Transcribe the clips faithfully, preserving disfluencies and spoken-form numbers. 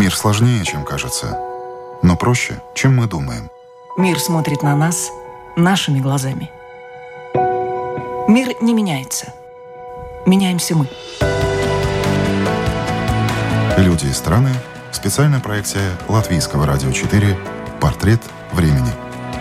Мир сложнее, чем кажется, но проще, чем мы думаем. Мир смотрит на нас нашими глазами. Мир не меняется. Меняемся мы. Люди и страны. Специальная проекция Латвийского радио четыре «Портрет времени».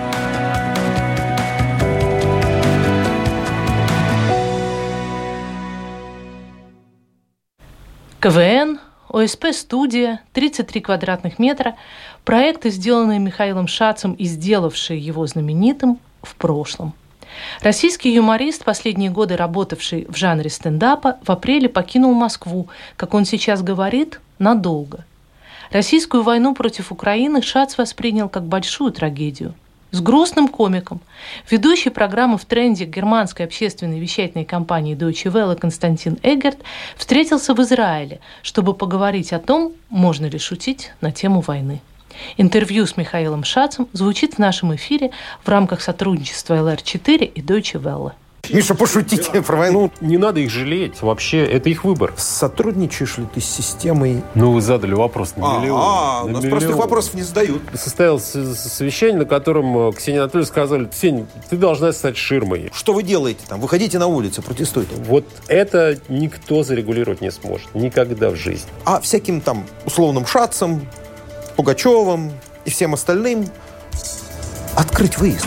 КВН, ОСП-студия, тридцать три квадратных метра, проекты, сделанные Михаилом Шацем и сделавшие его знаменитым в прошлом. Российский юморист, последние годы работавший в жанре стендапа, в апреле покинул Москву, как он сейчас говорит, надолго. Российскую войну против Украины Шац воспринял как большую трагедию. С грустным комиком. Ведущий программы «В тренде» германской общественной вещательной компании Deutsche Welle Константин Эггерт встретился в Израиле, чтобы поговорить о том, можно ли шутить на тему войны. Интервью с Михаилом Шацем звучит в нашем эфире в рамках сотрудничества эл эр четыре и Deutsche Welle. Миша, пошутите про войну. Ну, не надо их жалеть. Вообще, это их выбор. Сотрудничаешь ли ты с системой? Ну, вы задали вопрос на миллион. А, на у нас миллион. простых вопросов не задают. Состоялось совещание, на котором Ксении Анатольевне сказали: Ксения, ты должна стать ширмой. Что вы делаете там? Выходите на улицу, протестуйте. Вот это никто зарегулировать не сможет. Никогда в жизни. А всяким там условным Шацем, Пугачевым и всем остальным открыть выезд.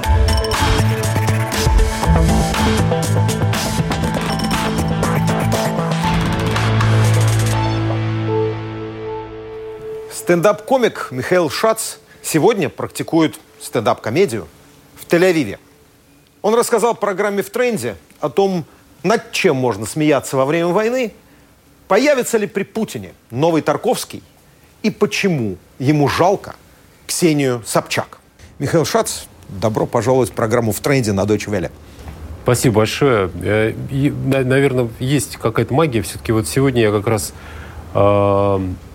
Стендап-комик Михаил Шац сегодня практикует стендап-комедию в Тель-Авиве. Он рассказал в программе «В тренде» о том, над чем можно смеяться во время войны, появится ли при Путине новый Тарковский и почему ему жалко Ксению Собчак. Михаил Шац, добро пожаловать в программу «В тренде» на Deutsche Welle. Спасибо большое. И, наверное, есть какая-то магия. Все-таки вот сегодня я как раз э,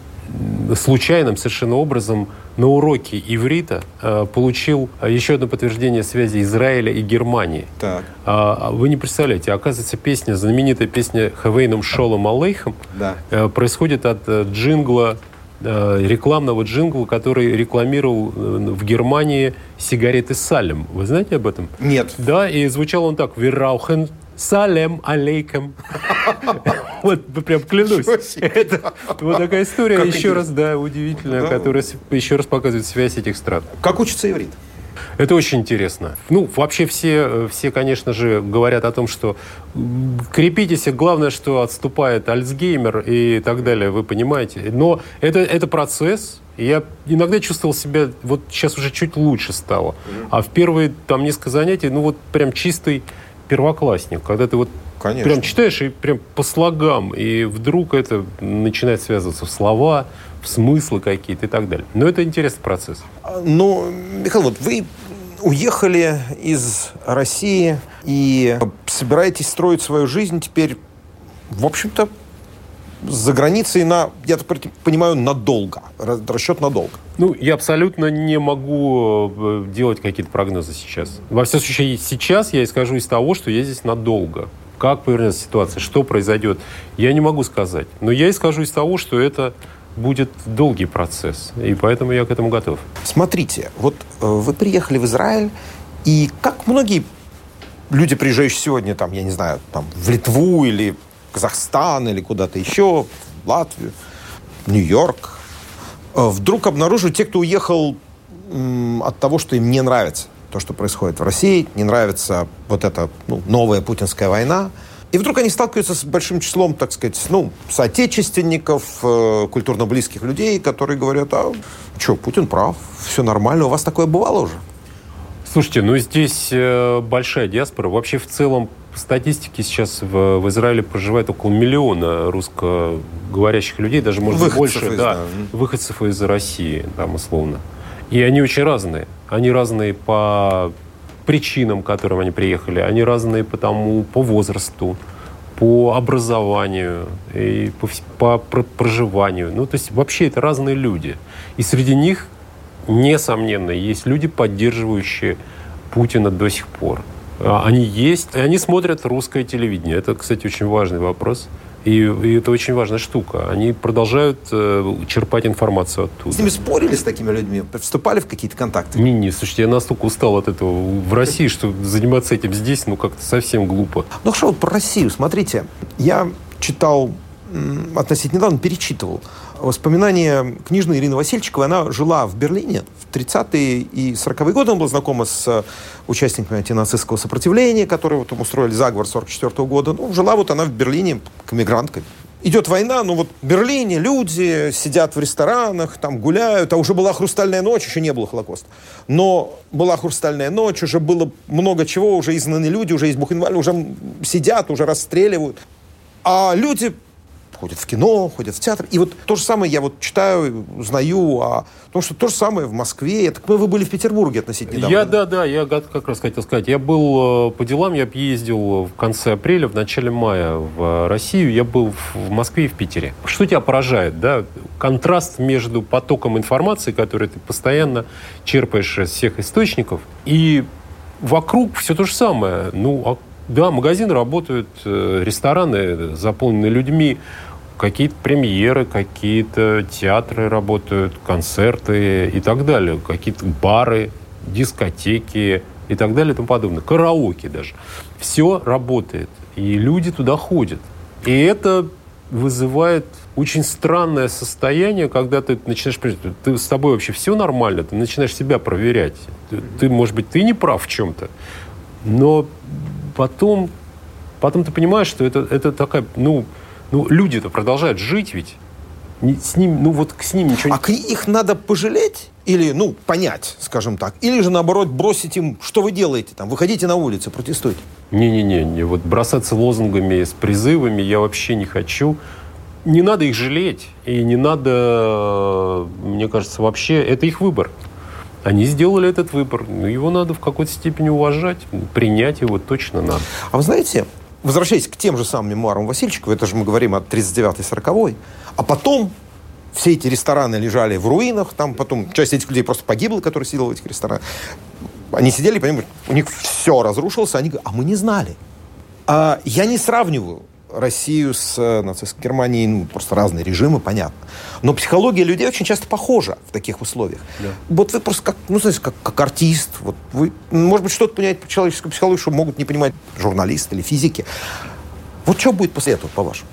случайным совершенно образом на уроке иврита э, получил еще одно подтверждение связи Израиля и Германии. Так. А, вы не представляете, оказывается, песня, знаменитая песня «Хавейном шолом алейхем» да. э, происходит от э, джингла, э, рекламного джингла, который рекламировал э, в Германии сигареты «Салем». Вы знаете об этом? Нет. Да, и звучал он так: «Wir rauchen Салем алейкем». Вот, прям клянусь. Это вот такая история, как еще интересно. раз, да, удивительная, Да. которая еще раз показывает связь этих стран. Как учится иврит? Это очень интересно. Ну, вообще все, все, конечно же, говорят о том, что крепитесь, главное, что отступает Альцгеймер и так далее, вы понимаете. Но это, это процесс. Я иногда чувствовал себя, вот сейчас уже чуть лучше стало. А в первые там несколько занятий, ну вот прям чистый первоклассник, когда ты вот Конечно. прям читаешь и прям по слогам, и вдруг это начинает связываться в слова, в смыслы какие-то и так далее. Но это интересный процесс. Ну, Михаил, вот вы уехали из России и собираетесь строить свою жизнь теперь, в общем-то, за границей на, я так понимаю, надолго. Расчет надолго. Ну, я абсолютно не могу делать какие-то прогнозы сейчас. Во всяком случае, сейчас я исхожу из того, что я здесь надолго. Как повернется ситуация, что произойдет, я не могу сказать. Но я исхожу из того, что это будет долгий процесс. И поэтому я к этому готов. Смотрите, вот э, вы приехали в Израиль, и как многие люди, приезжающие сегодня, там, я не знаю, там, в Литву или Казахстан, или куда-то еще, в Латвию, Нью-Йорк, э, вдруг обнаруживают те, кто уехал м, от того, что им не нравится то, что происходит в России, не нравится вот эта ну, новая путинская война. И вдруг они сталкиваются с большим числом, так сказать, ну, соотечественников, э, культурно близких людей, которые говорят: а что, Путин прав, все нормально. У вас такое бывало уже? Слушайте, ну здесь э, большая диаспора. Вообще в целом по статистике сейчас в, в Израиле проживает около миллиона русскоговорящих людей, даже, может быть, больше, из, да, да. выходцев из России, там, условно. И они очень разные. Они разные по причинам, к которым они приехали. Они разные по тому, по возрасту, по образованию, и по, по проживанию. Ну, то есть вообще это разные люди. И среди них, несомненно, есть люди, поддерживающие Путина до сих пор. Они есть, и они смотрят русское телевидение. Это, кстати, очень важный вопрос. И, и это очень важная штука. Они продолжают э, черпать информацию оттуда. С ними спорили, с такими людьми? Вступали в какие-то контакты? Не, не, слушайте, я настолько устал от этого в России, что заниматься этим здесь, ну, как-то совсем глупо. Ну, хорошо, вот про Россию. Смотрите, я читал, относительно недавно перечитывал воспоминания книжной Ирины Васильчиковой. Она жила в Берлине в тридцатые и сороковые годы. Она была знакома с участниками антинацистского сопротивления, которые вот устроили заговор сорок четвёртого года. Ну, жила вот она в Берлине к эмигранткам. Идет война, ну вот в Берлине люди сидят в ресторанах, там гуляют, а уже была «Хрустальная ночь», еще не было Холокоста. Но была «Хрустальная ночь», уже было много чего, уже изгнаны люди, уже из Бухенвальда, уже сидят, уже расстреливают. А люди ходят в кино, ходят в театр. И вот то же самое я вот читаю, узнаю, о том, что то же самое в Москве. Я так понимаю, вы были в Петербурге относительно недавно. Я, да, да, я как раз хотел сказать. Я был по делам, я ездил в конце апреля, в начале мая в Россию. Я был в Москве и в Питере. Что тебя поражает, да? Контраст между потоком информации, который ты постоянно черпаешь из всех источников, и вокруг все то же самое. Ну, да, магазины работают, рестораны заполнены людьми, какие-то премьеры, какие-то театры работают, концерты и так далее, какие-то бары, дискотеки и так далее и тому подобное, караоке даже. Все работает, и люди туда ходят. И это вызывает очень странное состояние, когда ты начинаешь... Ты, с тобой вообще все нормально, ты начинаешь себя проверять. Ты, ты, может быть, ты не прав в чем-то, но потом, потом ты понимаешь, что это, это такая... Ну, ну, люди-то продолжают жить ведь. С ним, ну, вот с ним ничего... А их надо пожалеть? Или, ну, понять, скажем так. Или же, наоборот, бросить им, что вы делаете там? Выходите на улицу, протестуйте. Не-не-не, не, вот бросаться лозунгами с призывами я вообще не хочу. Не надо их жалеть. И не надо, мне кажется, вообще... Это их выбор. Они сделали этот выбор. Его надо в какой-то степени уважать. Принять его точно надо. А вы знаете, возвращаясь к тем же самым мемуарам Васильчиковой, это же мы говорим о тридцать девятой сороковой, а потом все эти рестораны лежали в руинах, там потом часть этих людей просто погибла, которые сидели в этих ресторанах. Они сидели, понимаете, у них все разрушилось, они говорят, а мы не знали. А я не сравниваю Россию с нацистской Германией, ну, просто разные режимы, понятно. Но психология людей очень часто похожа в таких условиях. Да. Вот вы просто как, ну, знаете, как, как артист, вот вы, может быть, что-то понимаете по человеческой психологии, что могут не понимать журналисты или физики. Вот что будет после этого, по-вашему?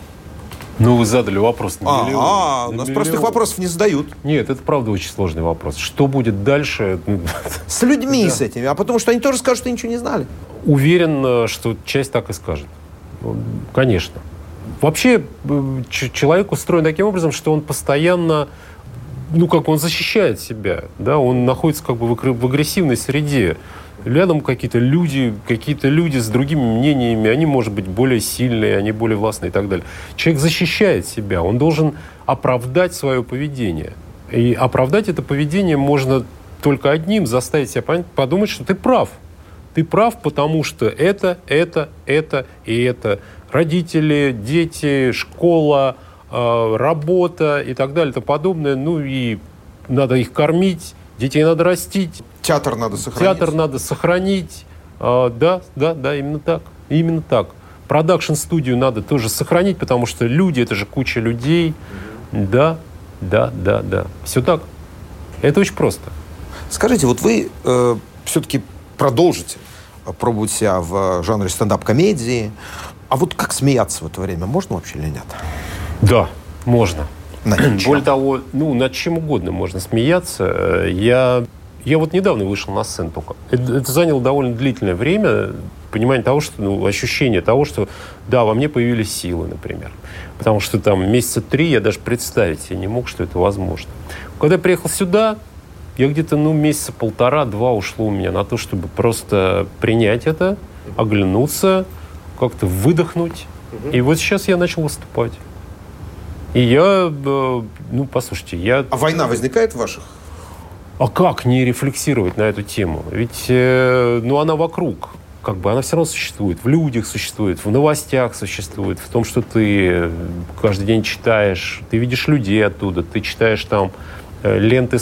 Ну, вы задали вопрос на миллион. А, у нас миллион. простых вопросов не задают. Нет, это правда очень сложный вопрос. Что будет дальше? С людьми, да. С этими. А потому что они тоже скажут, что ничего не знали. Уверен, что часть так и скажет. Конечно. Вообще, человек устроен таким образом, что он постоянно, ну, как он защищает себя, да, он находится как бы в агрессивной среде. Рядом какие-то люди, какие-то люди с другими мнениями, они, может быть, более сильные, они более властные и так далее. Человек защищает себя, он должен оправдать свое поведение. И оправдать это поведение можно только одним, заставить себя подумать, что ты прав. Ты прав, потому что это, это, это и это. Родители, дети, школа, э, работа и так далее и тому подобное. Ну и надо их кормить, детей надо растить. Театр надо сохранить. Театр надо сохранить. Э, да, да, да, именно так. Именно так. Продакшн-студию надо тоже сохранить, потому что люди, это же куча людей. Да, да, да, да. Все так. Это очень просто. Скажите, вот вы э, все-таки продолжите пробовать себя в жанре стендап-комедии. А вот как смеяться в это время? Можно вообще или нет? Да, можно. Над Более того, ну, над чем угодно можно смеяться. Я, я вот недавно вышел на сцену только. Это, это заняло довольно длительное время. Понимание того, что, ну, ощущение того, что, да, во мне появились силы, например. Потому что там месяца три я даже представить себе не мог, что это возможно. Когда я приехал сюда, я где-то, ну, месяца полтора-два ушло у меня на то, чтобы просто принять это, оглянуться, как-то выдохнуть. Угу. И вот сейчас я начал выступать. И я, ну, послушайте, я... А война возникает в ваших? А как не рефлексировать на эту тему? Ведь, ну, она вокруг. Как бы она все равно существует. В людях существует, в новостях существует, в том, что ты каждый день читаешь, ты видишь людей оттуда, ты читаешь там ленты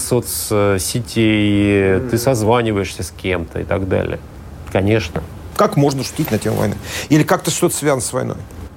соцсетей, mm. ты созваниваешься с кем-то и так далее. Конечно. Как можно шутить на тему войны? Или как-то что-то связано с войной?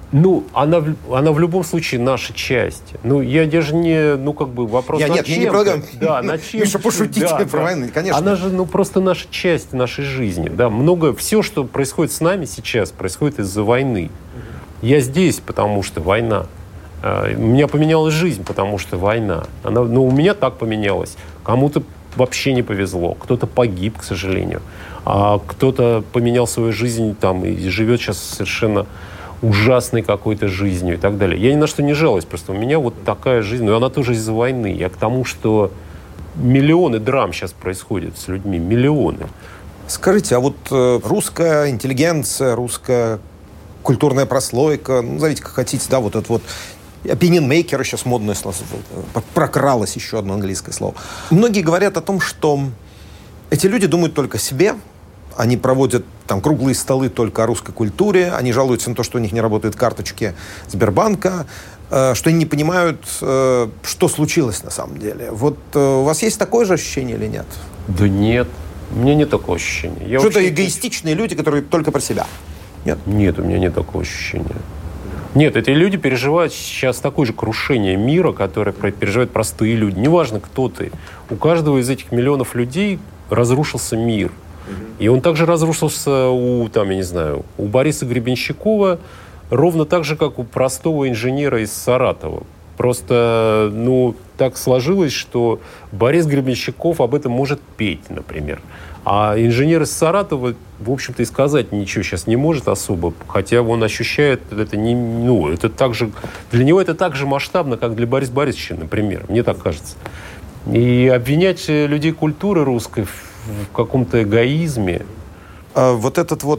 Ну, она, она в любом случае наша часть. Ну, я даже не, ну, как бы вопрос я, над нет, чем. Я не предлагаю. Да, над чем. Миша, пошутите да, про да. войну, конечно. Она же, ну, просто наша часть нашей жизни. Да, много, все, что происходит с нами сейчас, происходит из-за войны. Я здесь, потому что война. У меня поменялась жизнь, потому что война. Она, ну, у меня так поменялась. Кому-то вообще не повезло. Кто-то погиб, к сожалению. А кто-то поменял свою жизнь там и живет сейчас совершенно ужасной какой-то жизнью и так далее. Я ни на что не жалуюсь, просто у меня вот такая жизнь, но она тоже из-за войны. Я к тому, что миллионы драм сейчас происходят с людьми, миллионы. Скажите, а вот э, русская интеллигенция, русская культурная прослойка, ну, назовите как хотите, да, вот это вот opinion-maker, сейчас модное слово, прокралось еще одно английское слово. Многие говорят о том, что эти люди думают только о себе, они проводят там круглые столы только о русской культуре, они жалуются на то, что у них не работают карточки Сбербанка, э, что они не понимают, э, что случилось на самом деле. Вот э, у вас есть такое же ощущение или нет? Да нет, у меня нет такого ощущения. Я Что-то вообще... эгоистичные люди, которые только про себя. Нет? Нет, у меня нет такого ощущения. Нет, эти люди переживают сейчас такое же крушение мира, которое переживают простые люди. Неважно, кто ты. У каждого из этих миллионов людей разрушился мир. И он также разрушился у, там, я не знаю, у Бориса Гребенщикова ровно так же, как у простого инженера из Саратова. Просто, ну, так сложилось, что Борис Гребенщиков об этом может петь, например. А инженер из Саратова, в общем-то, и сказать ничего сейчас не может особо, хотя он ощущает это не, ну, это так же, для него это так же масштабно, как для Бориса Борисовича, например, мне так кажется. И обвинять людей культуры русской в каком-то эгоизме. Вот этот вот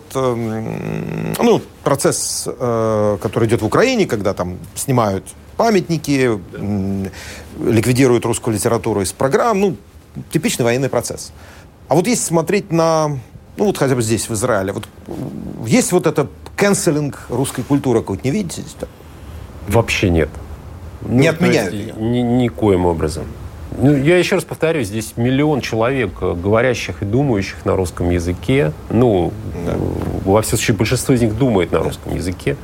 ну, процесс, который идет в Украине, когда там снимают памятники, ликвидируют русскую литературу из программ, ну, типичный военный процесс. А вот если смотреть на, ну, вот хотя бы здесь, в Израиле, вот есть вот это канцелинг русской культуры какой-то, не видите здесь? Вообще нет. Не ну, отменяют есть, ее? Ни, никоим образом. Ну, я еще раз повторюсь, здесь миллион человек, говорящих и думающих на русском языке. Ну, да. Во всяком случае, большинство из них думает на русском языке.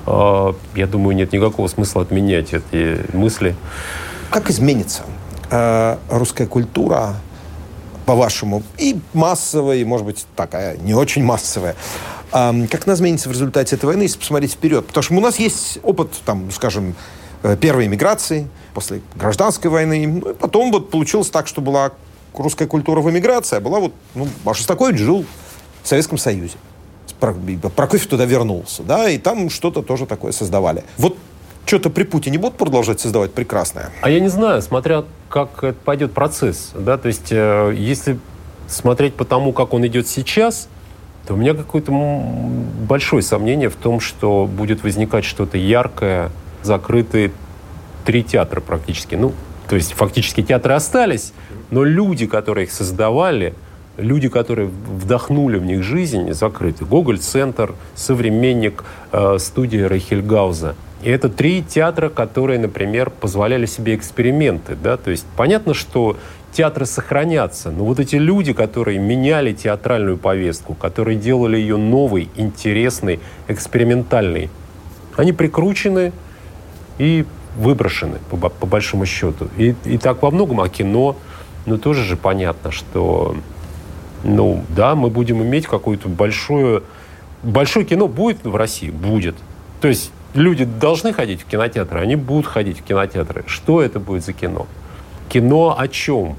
Я думаю, нет никакого смысла отменять эти мысли. Как изменится э, русская культура, по-вашему, и массовая, и, может быть, такая не очень массовая? Э, как она изменится в результате этой войны, если посмотреть вперед? Потому что у нас есть опыт, там, скажем, первой эмиграции, после гражданской войны. Ну, и потом вот получилось так, что была русская культура в эмиграции, а была вот, ну, а Шостакович жил в Советском Союзе. Прокофьев туда вернулся, да, и там что-то тоже такое создавали. Вот что-то при Путине будут продолжать создавать прекрасное? А я не знаю, смотря как пойдет процесс, да, то есть э, если смотреть по тому, как он идет сейчас, то у меня какое-то большое сомнение в том, что будет возникать что-то яркое, закрытые три театра практически. Ну, то есть фактически театры остались, но люди, которые их создавали, люди, которые вдохнули в них жизнь, закрыты. Гоголь-центр, «Современник», э, студия Рейхельгауза. И это три театра, которые, например, позволяли себе эксперименты. Да? То есть понятно, что театры сохранятся, но вот эти люди, которые меняли театральную повестку, которые делали ее новой, интересной, экспериментальной, они прикручены и выброшены, по, по большому счету. И, и так во многом, а кино, ну, тоже же понятно, что, ну, да, мы будем иметь какое-то большое... Большое кино будет в России? Будет. То есть люди должны ходить в кинотеатры, они будут ходить в кинотеатры. Что это будет за кино? Кино о чем?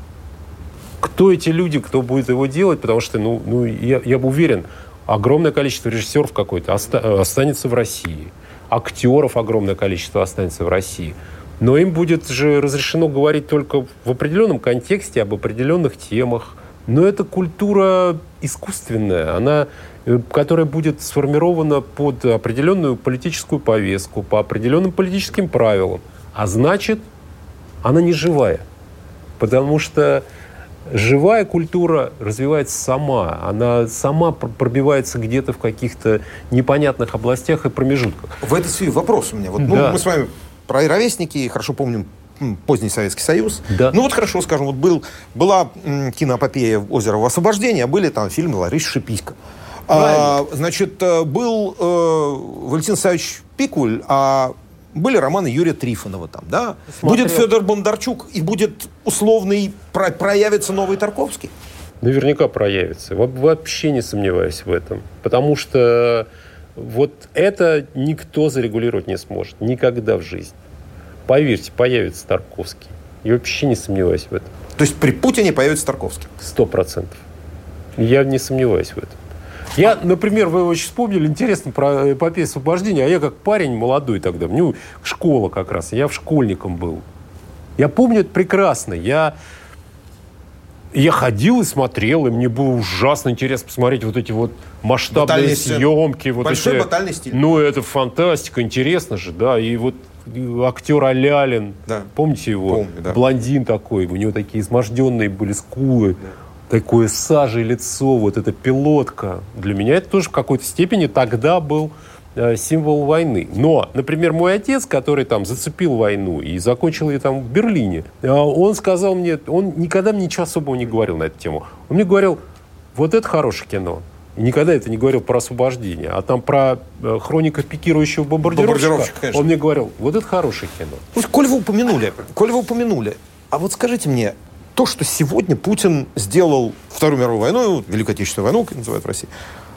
Кто эти люди, кто будет его делать? Потому что, ну, ну я, я бы уверен, огромное количество режиссеров какой-то оста- останется в России. Актеров огромное количество останется в России. Но им будет же разрешено говорить только в определенном контексте, об определенных темах. Но это культура искусственная, она, которая будет сформирована под определенную политическую повестку, по определенным политическим правилам. А значит, она не живая. Потому что живая культура развивается сама. Она сама пробивается где-то в каких-то непонятных областях и промежутках. В этой связи вопрос у меня. Вот, ну, да. Мы с вами про ровесники, хорошо помним поздний Советский Союз. Да. Ну вот хорошо, скажем, вот был, была м, киноэпопея «Озеро освобождения», а были там фильмы Ларисы Шиписько. А, значит, был э, Валентин Савич Пикуль, а были романы Юрия Трифонова там, да? Смотрел. Будет Федор Бондарчук, и будет условный, про, проявится новый Тарковский? Наверняка проявится. Вообще не сомневаюсь в этом. Потому что вот это никто зарегулировать не сможет. Никогда в жизни. Поверьте, появится Тарковский. Я вообще не сомневаюсь в этом. То есть при Путине появится Тарковский? Сто процентов. Я не сомневаюсь в этом. Я, например, вы очень вспомнили, интересно, про эпопею освобождения, а я как парень молодой тогда, мне школа как раз, я в школьником был. Я помню это прекрасно. Я, я ходил и смотрел, и мне было ужасно интересно посмотреть вот эти вот масштабные батальные съемки. Вот большой эти, батальный стиль. Ну, это фантастика, интересно же, да, и вот актер Алялин, да. Помните его? Помню, да. Блондин такой, у него такие изможденные были скулы. Да. Такое сажей лицо, вот эта пилотка. Для меня это тоже в какой-то степени тогда был э, символ войны. Но, например, мой отец, который там зацепил войну и закончил ее там в Берлине, э, он сказал мне, он никогда мне ничего особого не говорил на эту тему. Он мне говорил, вот это хорошее кино. И никогда это не говорил про освобождение. А там про э, хроника пикирующего бомбардировщика, бомбардировщик, он мне говорил, вот это хорошее кино. Вот, коль вы упомянули, коль вы упомянули, а вот скажите мне, то, что сегодня Путин сделал Вторую мировую войну, Великую Отечественную войну, как называют в России,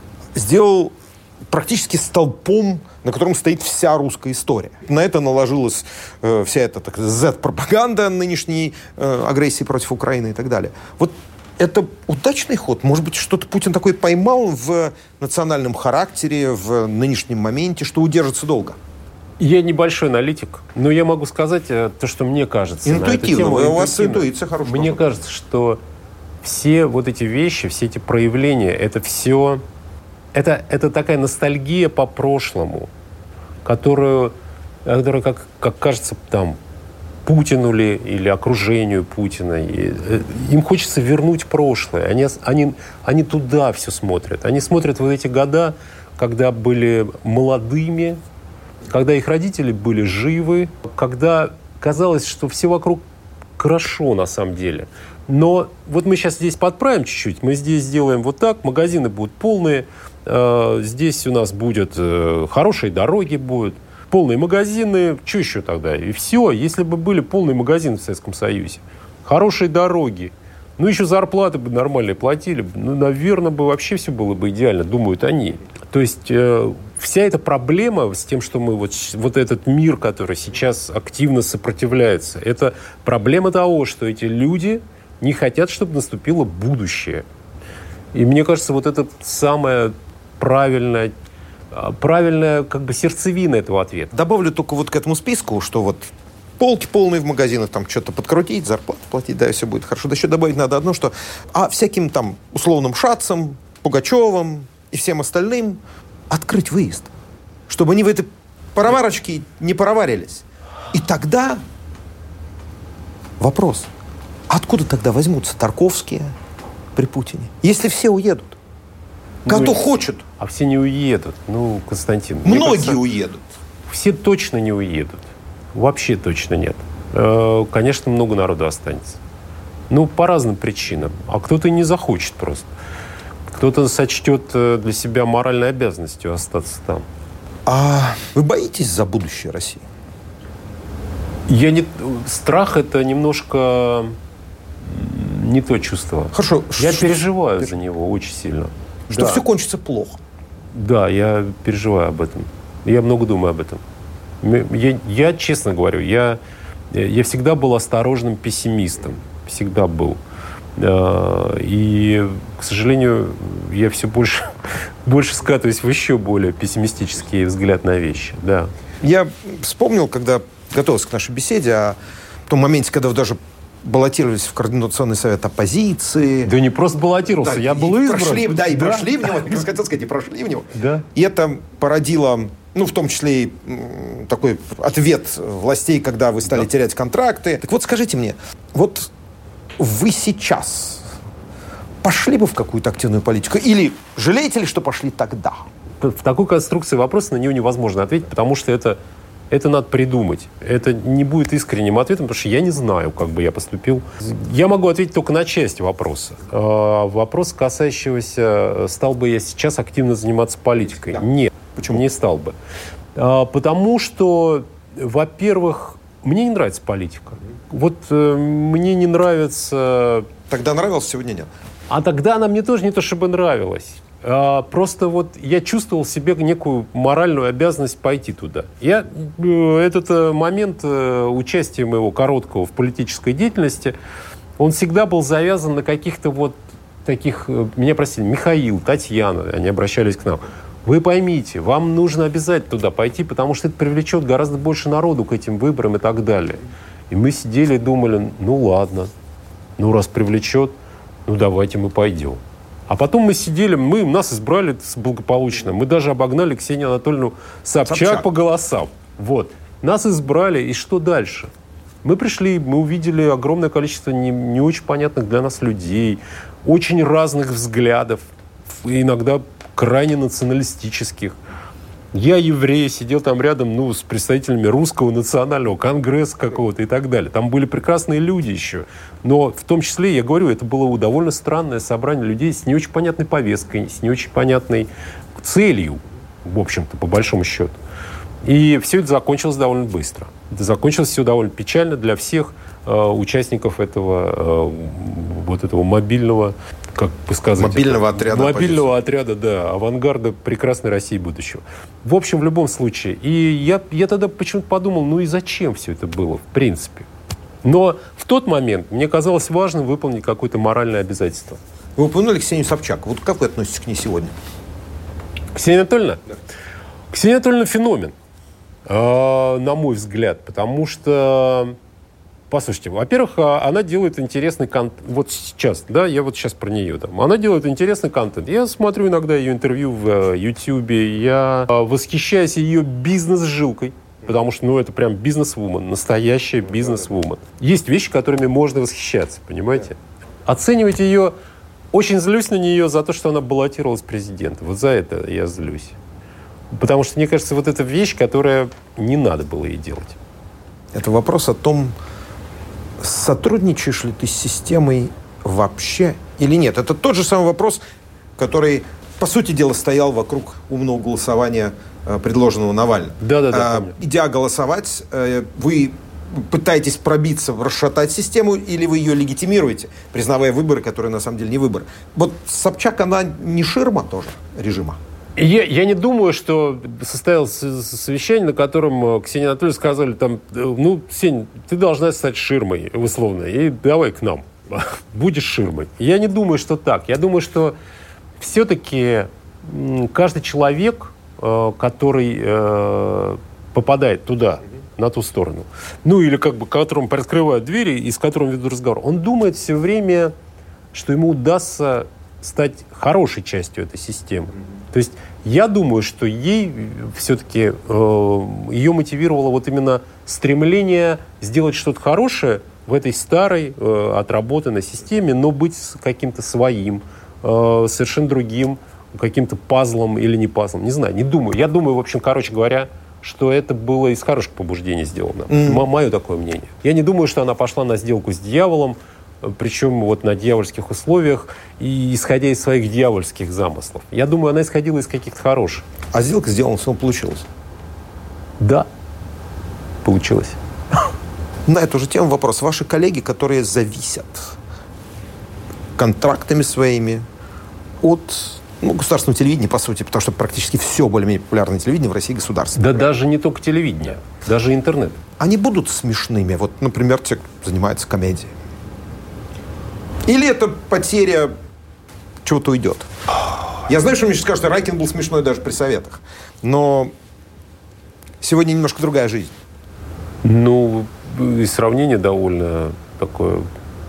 сделал практически столпом, на котором стоит вся русская история. На это наложилась э, вся эта так, зет-пропаганда нынешней э, агрессии против Украины и так далее. Вот это удачный ход? Может быть, что-то Путин такой поймал в национальном характере, в нынешнем моменте, что удержится долго? Я небольшой аналитик, но я могу сказать то, что мне кажется. Интуитивно. У вас интуиция хорошая. Мне кажется, что все вот эти вещи, все эти проявления, это все... Это, это такая ностальгия по прошлому, которую, которая, как, как кажется, там, Путину ли или окружению Путина. И, им хочется вернуть прошлое. Они, они, они туда все смотрят. Они смотрят вот эти года, когда были молодыми, когда их родители были живы, когда казалось, что все вокруг хорошо на самом деле. Но вот мы сейчас здесь подправим чуть-чуть, мы здесь сделаем вот так, магазины будут полные, э, здесь у нас будут э, хорошие дороги будут, полные магазины, что еще тогда? И все, если бы были полные магазины в Советском Союзе, хорошие дороги, ну еще зарплаты бы нормальные платили, ну, наверное, бы вообще все было бы идеально, думают они. То есть э, вся эта проблема с тем, что мы вот, вот этот мир, который сейчас активно сопротивляется, это проблема того, что эти люди не хотят, чтобы наступило будущее. И мне кажется, вот это самая правильная, правильная как бы сердцевина этого ответа. Добавлю только вот к этому списку, что вот полки полные в магазинах, там что-то подкрутить, зарплату платить, да, и все будет хорошо. Да еще добавить надо одно, что а всяким там условным Шацам, Пугачевым и всем остальным открыть выезд, чтобы они в этой пароварочке не пароварились. И тогда вопрос, откуда тогда возьмутся Тарковские при Путине, если все уедут? Кто ну, хочет. А все не уедут. Ну, Константин. Многие кажется, уедут. Все точно не уедут. Вообще точно нет. Конечно, много народу останется. Ну, по разным причинам. А кто-то и не захочет просто. Кто-то сочтет для себя моральной обязанностью остаться там. А вы боитесь за будущее России? Я не... Страх — это немножко не то чувство. Хорошо. Я что... переживаю за него очень сильно. Что да. все кончится плохо. Да, я переживаю об этом. Я много думаю об этом. Я, я честно говорю, я, я всегда был осторожным пессимистом. Всегда был. И, к сожалению, я все больше, больше скатываюсь в еще более пессимистический взгляд на вещи. Да. Я вспомнил, когда готовился к нашей беседе, о том моменте, когда вы даже баллотировались в Координационный совет оппозиции. Да не просто баллотировался, да, я был избран. Прошли, да, и да. прошли в него, я хотел сказать, и прошли в него. Да. И это породило, ну, в том числе и такой ответ властей, когда вы стали да. терять контракты. Так вот, скажите мне, вот вы сейчас пошли бы в какую-то активную политику? Или жалеете ли, что пошли тогда? В такой конструкции вопроса на него невозможно ответить, потому что это Это надо придумать. Это не будет искренним ответом, потому что я не знаю, как бы я поступил. Я могу ответить только на часть вопроса. Вопрос, касающегося, стал бы я сейчас активно заниматься политикой? Да. Нет. Почему? Не стал бы. Потому что, во-первых, мне не нравится политика. Вот э, мне не нравится... Тогда нравилось, сегодня нет. А тогда она мне тоже не то чтобы нравилась. А, просто вот я чувствовал в себе некую моральную обязанность пойти туда. Я э, этот э, момент э, участия моего короткого в политической деятельности, он всегда был завязан на каких-то вот таких... Э, меня просили, Михаил, Татьяна, они обращались к нам. Вы поймите, вам нужно обязательно туда пойти, потому что это привлечет гораздо больше народу к этим выборам и так далее. И мы сидели и думали, ну ладно, ну раз привлечет, ну давайте мы пойдем. А потом мы сидели, мы, нас избрали благополучно. Мы даже обогнали Ксению Анатольевну Собчак, Собчак. по голосам. Вот. Нас избрали, и что дальше? Мы пришли, мы увидели огромное количество не, не очень понятных для нас людей, очень разных взглядов, иногда крайне националистических. Я еврей, сидел там рядом ну, с представителями русского национального конгресса какого-то и так далее. Там были прекрасные люди еще. Но в том числе, я говорю, это было довольно странное собрание людей с не очень понятной повесткой, с не очень понятной целью, в общем-то, по большому счету. И все это закончилось довольно быстро. Это закончилось все довольно печально для всех э, участников этого, э, вот этого мобильного, как бы сказать... Мобильного отряда. Мобильного отряда, да, авангарда прекрасной России будущего. В общем, в любом случае. И я, я тогда почему-то подумал, ну и зачем все это было, в принципе. Но в тот момент мне казалось важным выполнить какое-то моральное обязательство. Вы упомянули Ксению Собчак. Вот как вы относитесь к ней сегодня? Ксения Анатольевна? Да. Ксения Анатольевна феномен, э, на мой взгляд, потому что, послушайте, во-первых, она делает интересный контент. Вот сейчас, да, я вот сейчас про нее там. Она делает интересный контент. Я смотрю иногда ее интервью в Ютьюбе, я восхищаюсь ее бизнес-жилкой. Потому что, ну, это прям бизнес-вумен, настоящая бизнес-вумен. Есть вещи, которыми можно восхищаться, понимаете? Оценивать ее... Очень злюсь на нее за то, что она баллотировалась президентом. Вот за это я злюсь. Потому что, мне кажется, вот эта вещь, которая не надо было ей делать. Это вопрос о том, сотрудничаешь ли ты с системой вообще или нет. Это тот же самый вопрос, который, по сути дела, стоял вокруг умного голосования, предложенного Навальным. Да-да-да. А, идя голосовать, вы пытаетесь пробиться, расшатать систему, или вы ее легитимируете, признавая выборы, которые на самом деле не выборы. Вот Собчак, она не ширма тоже режима? Я, я не думаю, что состоялось совещание, на котором Ксении Анатольевне сказали, там, ну, Ксения, ты должна стать ширмой, условно, и давай к нам, будешь ширмой. Я не думаю, что так. Я думаю, что все-таки каждый человек, который попадает туда, на ту сторону, ну или как бы которому приоткрывают двери и с которым ведут разговор, он думает все время, что ему удастся стать хорошей частью этой системы. То есть я думаю, что ей все-таки э, ее мотивировало вот именно стремление сделать что-то хорошее в этой старой, э, отработанной системе, но быть каким-то своим, э, совершенно другим, каким-то пазлом или не пазлом. Не знаю, не думаю. Я думаю, в общем, короче говоря, что это было из хороших побуждений сделано. Mm. Мое такое мнение. Я не думаю, что она пошла на сделку с дьяволом, причем вот на дьявольских условиях и исходя из своих дьявольских замыслов. Я думаю, она исходила из каких-то хороших. А сделка сделана, все получилось? Да, получилось. На эту же тему вопрос. Ваши коллеги, которые зависят контрактами своими от... Ну, государственного телевидения, по сути, потому что практически все более-менее популярное телевидение в России государственное. Да даже не только телевидение, даже интернет. Они будут смешными? Вот, например, те, кто занимается комедией. Или это потеря чего-то уйдет? Я знаю, что мне сейчас скажут, что Райкин был смешной даже при советах. Но сегодня немножко другая жизнь. Ну, и сравнение довольно такое,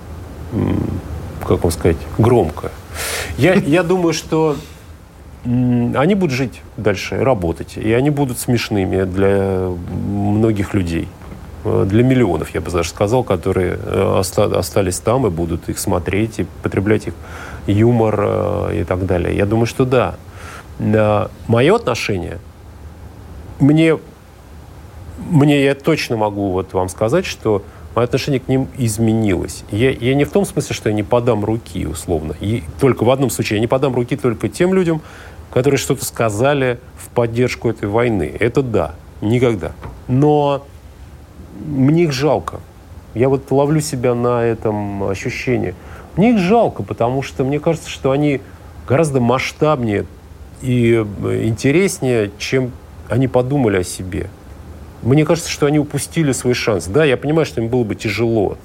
как вам сказать, громкое. Я, я думаю, что м, они будут жить дальше, работать. И они будут смешными для многих людей. Для миллионов, я бы даже сказал, которые оста- остались там и будут их смотреть, и потреблять их юмор э, и так далее. Я думаю, что да. Но мое отношение, мне, мне я точно могу вот вам сказать, что мое отношение к ним изменилось. Я, я не в том смысле, что я не подам руки, условно. И только в одном случае. Я не подам руки только тем людям, которые что-то сказали в поддержку этой войны. Это да, никогда. Но мне их жалко. Я вот ловлю себя на этом ощущении. Мне их жалко, потому что мне кажется, что они гораздо масштабнее и интереснее, чем они подумали о себе. Мне кажется, что они упустили свой шанс. Да, я понимаю, что им было бы тяжело.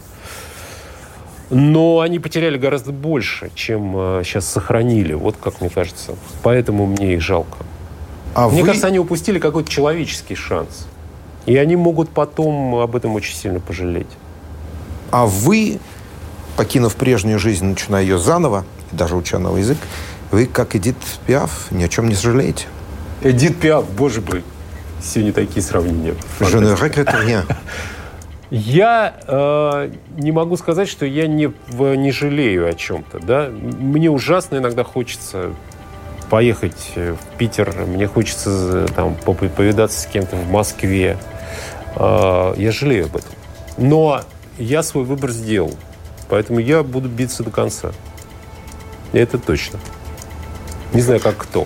Но они потеряли гораздо больше, чем э, сейчас сохранили. Вот как мне кажется. Поэтому мне их жалко. А мне вы... кажется, они упустили какой-то человеческий шанс. И они могут потом об этом очень сильно пожалеть. А вы, покинув прежнюю жизнь, начиная ее заново, даже уча новый язык, вы, как Эдит Пиаф, ни о чем не сожалеете? Эдит Пиаф, боже мой. Сегодня такие сравнения. Je ne regrette rien. Я э, не могу сказать, что я не, в, не жалею о чем-то. Да? Мне ужасно иногда хочется поехать в Питер, мне хочется там, повидаться с кем-то в Москве. Э, я жалею об этом. Но я свой выбор сделал. Поэтому я буду биться до конца. И это точно. Не знаю, как кто.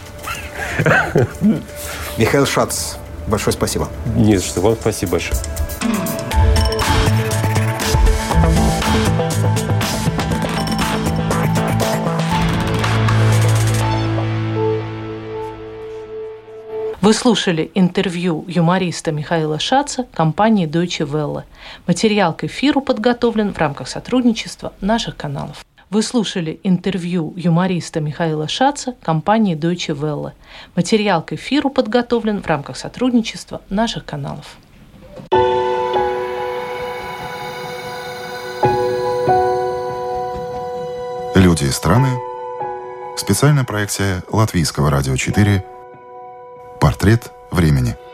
Михаил Шац, большое спасибо. Не за что. Вам спасибо большое. Вы слушали интервью юмориста Михаила Шаца компании Deutsche Welle. Материал к эфиру подготовлен в рамках сотрудничества наших каналов. Вы слушали интервью юмориста Михаила Шаца компании Deutsche Welle. Материал к эфиру подготовлен в рамках сотрудничества наших каналов. Люди и страны. Специальная проекция Латвийского радио четыре. Портрет времени.